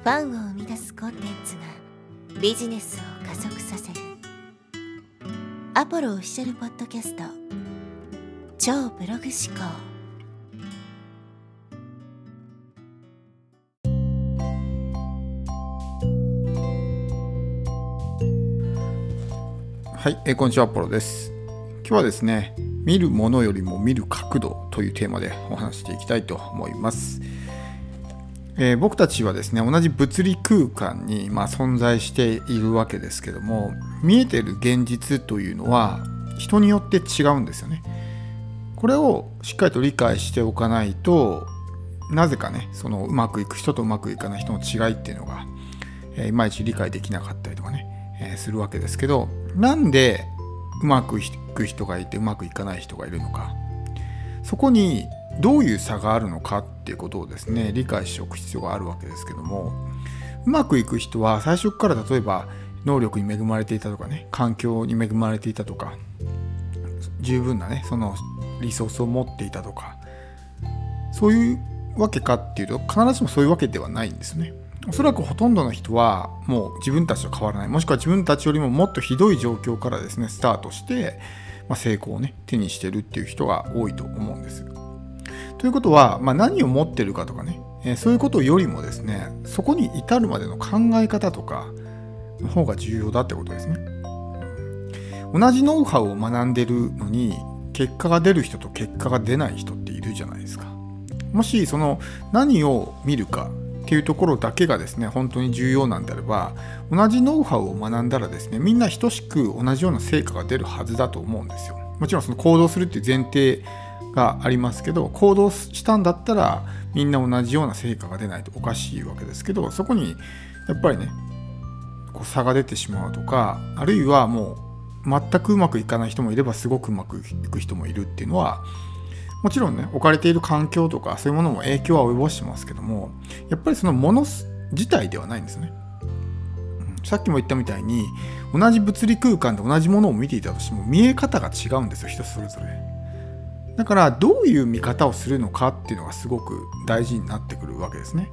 ファンを生み出すコンテンツがビジネスを加速させるアポロオフィシャルポッドキャスト超ブログ思考。 はい、こんにちは、アポロです。今日はですね、見るものよりも見る角度というテーマでお話していきたいと思います。僕たちはですね、同じ物理空間に存在しているわけですけども、見えている現実というのは人によって違うんですよね。これをしっかりと理解しておかないと、なぜかね、そのうまくいく人とうまくいかない人の違いっていうのが、いまいち理解できなかったりとかね、するわけですけど、なんでうまくいく人がいてうまくいかない人がいるのか、そこにどういう差があるのかっていうことをですね、理解しておく必要があるわけですけども、うまくいく人は最初から例えば能力に恵まれていたとかね、環境に恵まれていたとか、十分なねそのリソースを持っていたとか、そういうわけかっていうと必ずしもそういうわけではないんですね。おそらくほとんどの人はもう自分たちと変わらない、もしくは自分たちよりももっとひどい状況からですねスタートして、成功をね手にしてるっていう人が多いと思うんです。ということは、何を持ってるかとかね、そういうことよりもですね、そこに至るまでの考え方とかの方が重要だってことですね。同じノウハウを学んでるのに結果が出る人と結果が出ない人っているじゃないですか。もしその何を見るかっていうところだけがですね本当に重要なんであれば、同じノウハウを学んだらですね、みんな等しく同じような成果が出るはずだと思うんですよ。もちろんその行動するっていう前提がありますけど、行動したんだったらみんな同じような成果が出ないとおかしいわけですけど、そこにやっぱりねこう差が出てしまうとか、あるいはもう全くうまくいかない人もいればすごくうまくいく人もいるっていうのは、もちろんね置かれている環境とかそういうものも影響は及ぼしてますけども、やっぱりそのもの自体ではないんですね。さっきも言ったみたいに、同じ物理空間で同じものを見ていたとしても見え方が違うんですよ、人それぞれ。だからどういう見方をするのかっていうのがすごく大事になってくるわけですね。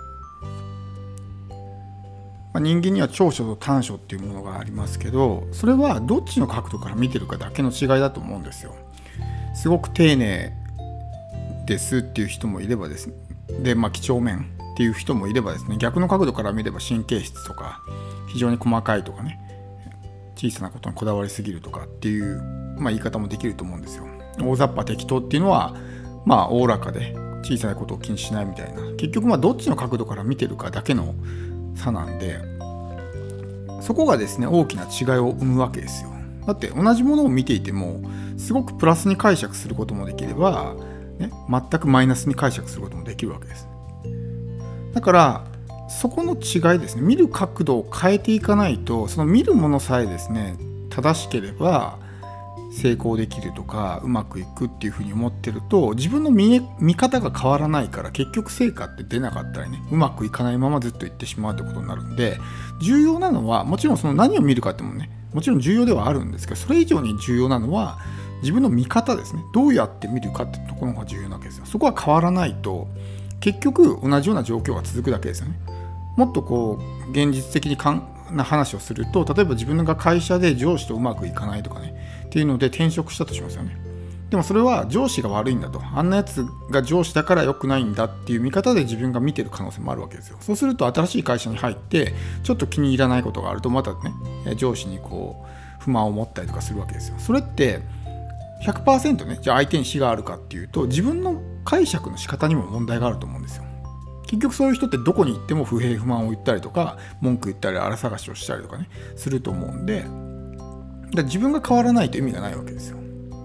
人間には長所と短所っていうものがありますけど、それはどっちの角度から見てるかだけの違いだと思うんですよ。すごく丁寧ですっていう人もいればですね、で几帳面っていう人もいればですね、逆の角度から見れば神経質とか非常に細かいとかね、小さなことにこだわりすぎるとかっていう、言い方もできると思うんですよ。大雑把適当っていうのはおおらかで小さなことを気にしないみたいな、結局どっちの角度から見てるかだけの差なんで、そこがですね大きな違いを生むわけですよ。だって同じものを見ていてもすごくプラスに解釈することもできれば、全くマイナスに解釈することもできるわけです。だからそこの違いですね、見る角度を変えていかないと、その見るものさえですね正しければ成功できるとかうまくいくっていうふうに思ってると、自分の見方が変わらないから結局成果って出なかったりね、うまくいかないままずっといってしまうってことになるんで、重要なのはもちろんその何を見るかってもね、もちろん重要ではあるんですけど、それ以上に重要なのは自分の見方ですね。どうやって見るかってところが重要なわけですよ。そこは変わらないと結局同じような状況が続くだけですよね。もっと現実的な話をすると、例えば自分が会社で上司とうまくいかないとかねっていうので転職したとしますよね。でもそれは上司が悪いんだと、あんなやつが上司だから良くないんだっていう見方で自分が見てる可能性もあるわけですよ。そうすると新しい会社に入ってちょっと気に入らないことがあると、またね上司に不満を持ったりとかするわけですよ。それって 100% ね、じゃあ相手に非があるかっていうと、自分の解釈の仕方にも問題があると思うんですよ。結局そういう人ってどこに行っても不平不満を言ったりとか文句言ったり荒探しをしたりとかねすると思うんで、自分が変わらないと意味がないわけですよ。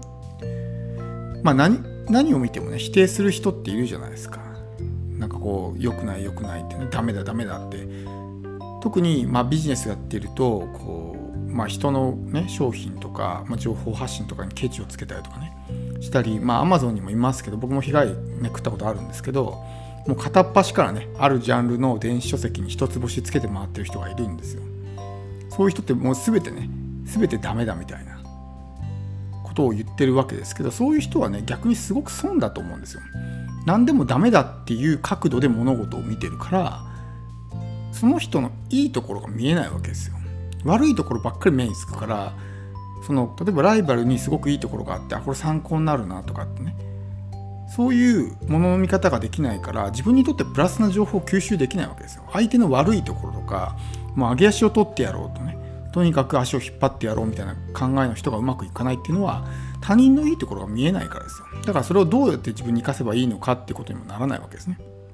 何を見てもね否定する人っているじゃないですか。良くないってね、ダメだって、特にビジネスやっていると人のね商品とか、情報発信とかにケチをつけたりとかねしたり、Amazon にもいますけど、僕も被害食ったことあるんですけど、もう片っ端からねあるジャンルの電子書籍に一つ星つけて回ってる人がいるんですよ。そういう人ってもう全てダメだみたいなことを言ってるわけですけど、そういう人はね逆にすごく損だと思うんですよ。何でもダメだっていう角度で物事を見てるから、 その人のいいところが見えないわけですよ。悪いところばっかり目につくから、例えばライバルにすごくいいところがあって、これ参考になるなとかってね、そういうものの見方ができないから、自分にとってプラスな情報を吸収できないわけですよ。相手の悪いところとか、もう上げ足を取ってやろうとね、とにかく足を引っ張ってやろうみたいな考えの人がうまくいかないっていうのは、他人のいいところが見えないからですよ。だからそれをどうやって自分に生かせばいいのかっていうことにもならないわけですね。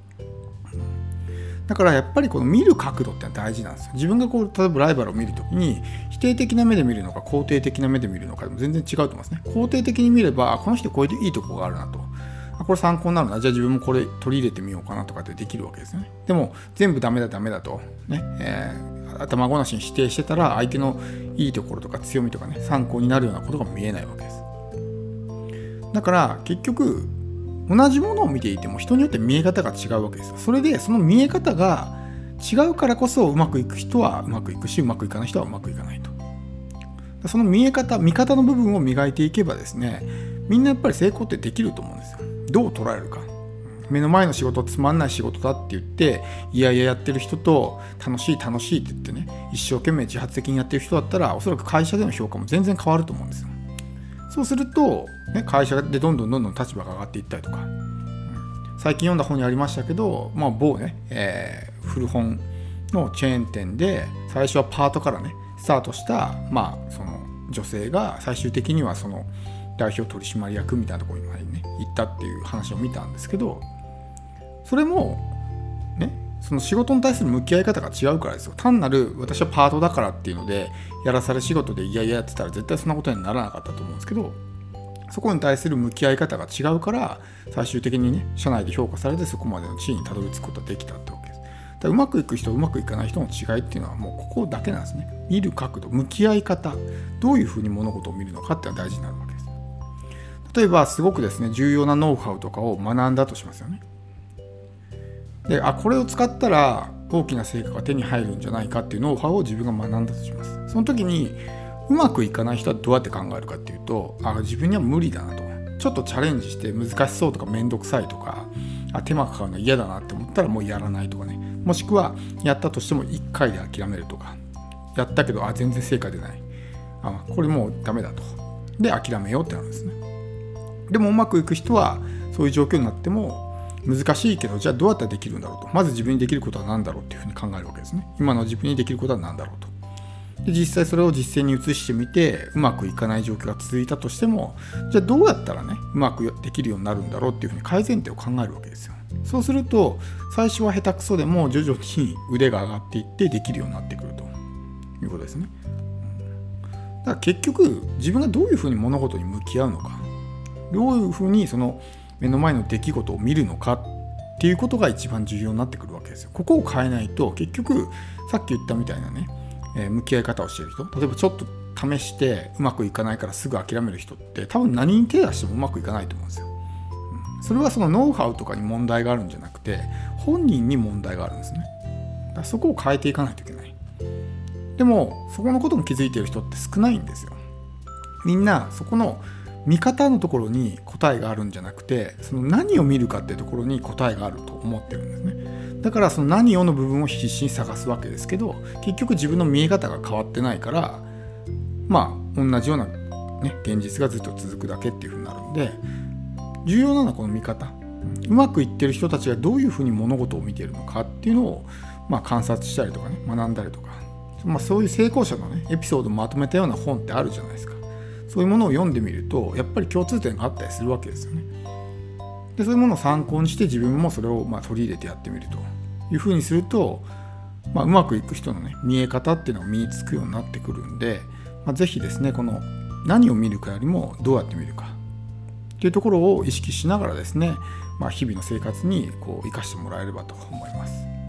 だからやっぱりこの見る角度って大事なんですよ。自分が例えばライバルを見るときに、否定的な目で見るのか肯定的な目で見るのかでも全然違うと思いますね。肯定的に見れば、この人こういういいところがあるなと、これ参考になるな、じゃあ自分もこれ取り入れてみようかなとかってできるわけですよね。でも全部ダメだとね、頭ごなしに否定してたら、相手のいいところとか強みとかね、参考になるようなことが見えないわけです。だから結局同じものを見ていても人によって見え方が違うわけですよ。それでその見え方が違うからこそうまくいく人はうまくいくし、うまくいかない人はうまくいかないと。その見方の部分を磨いていけばですね、みんなやっぱり成功ってできると思うんですよ。どう捉えるか。目の前の仕事つまんない仕事だって言っていやいややってる人と、楽しいって言ってね、一生懸命自発的にやってる人だったら、おそらく会社での評価も全然変わると思うんですよ。そうすると、ね、会社でどんどん立場が上がっていったりとか、最近読んだ本にありましたけど、某ね、古本のチェーン店で最初はパートからねスタートした、その女性が最終的にはその代表取締役みたいなところにね行ったっていう話を見たんですけど、それもね、その仕事に対する向き合い方が違うからですよ。単なる私はパートだからっていうのでやらされ仕事でいやいややってたら絶対そんなことにならなかったと思うんですけど、そこに対する向き合い方が違うから最終的にね社内で評価されてそこまでの地位にたどり着くことができたってわけです。だからうまくいく人うまくいかない人の違いっていうのはもうここだけなんですね。見る角度、向き合い方、どういうふうに物事を見るのかっていうのが大事になるわけです。例えばすごくですね重要なノウハウとかを学んだとしますよね。で、これを使ったら大きな成果が手に入るんじゃないかっていうノウハウを自分が学んだとします。その時にうまくいかない人はどうやって考えるかっていうと、自分には無理だなと、ちょっとチャレンジして難しそうとかめんどくさいとか、手間かかるの嫌だなって思ったらもうやらないとかね、もしくはやったとしても1回で諦めるとか、やったけど全然成果出ない、これもうダメだと、で諦めようってなるんですね。でもうまくいく人はそういう状況になっても難しいけど、じゃあどうやったらできるんだろうと、まず自分にできることは何だろうっていうふうに考えるわけですね。今の自分にできることは何だろうと。で実際それを実践に移してみてうまくいかない状況が続いたとしても、じゃあどうやったらねうまくできるようになるんだろうっていうふうに改善点を考えるわけですよ。そうすると最初は下手くそでも徐々に腕が上がっていってできるようになってくるということですね。だから結局自分がどういうふうに物事に向き合うのか、どういうふうにその目の前の出来事を見るのかっていうことが一番重要になってくるわけですよ。ここを変えないと結局さっき言ったみたいなね、向き合い方をしている人、例えばちょっと試してうまくいかないからすぐ諦める人って多分何に手出してもうまくいかないと思うんですよ。それはそのノウハウとかに問題があるんじゃなくて本人に問題があるんですね。だからそこを変えていかないといけない。でもそこのことも気づいている人って少ないんですよ。みんなそこの見方のところに答えがあるんじゃなくて、その何を見るかっていうところに答えがあると思ってるんですね。だからその何をの部分を必死に探すわけですけど、結局自分の見え方が変わってないから、同じような、現実がずっと続くだけっていう風になるんで、重要なのはこの見方、うまくいってる人たちがどういう風に物事を見ているのかっていうのを、観察したりとかね、学んだりとか、そういう成功者のねエピソードをまとめたような本ってあるじゃないですか。そういうものを読んでみるとやっぱり共通点があったりするわけですよね。でそういうものを参考にして自分もそれを取り入れてやってみるというふうにすると、うまくいく人のね見え方っていうのが身につくようになってくるんで、ぜひですねこの何を見るかよりもどうやって見るかっていうところを意識しながらですね、日々の生活に生かしてもらえればと思います。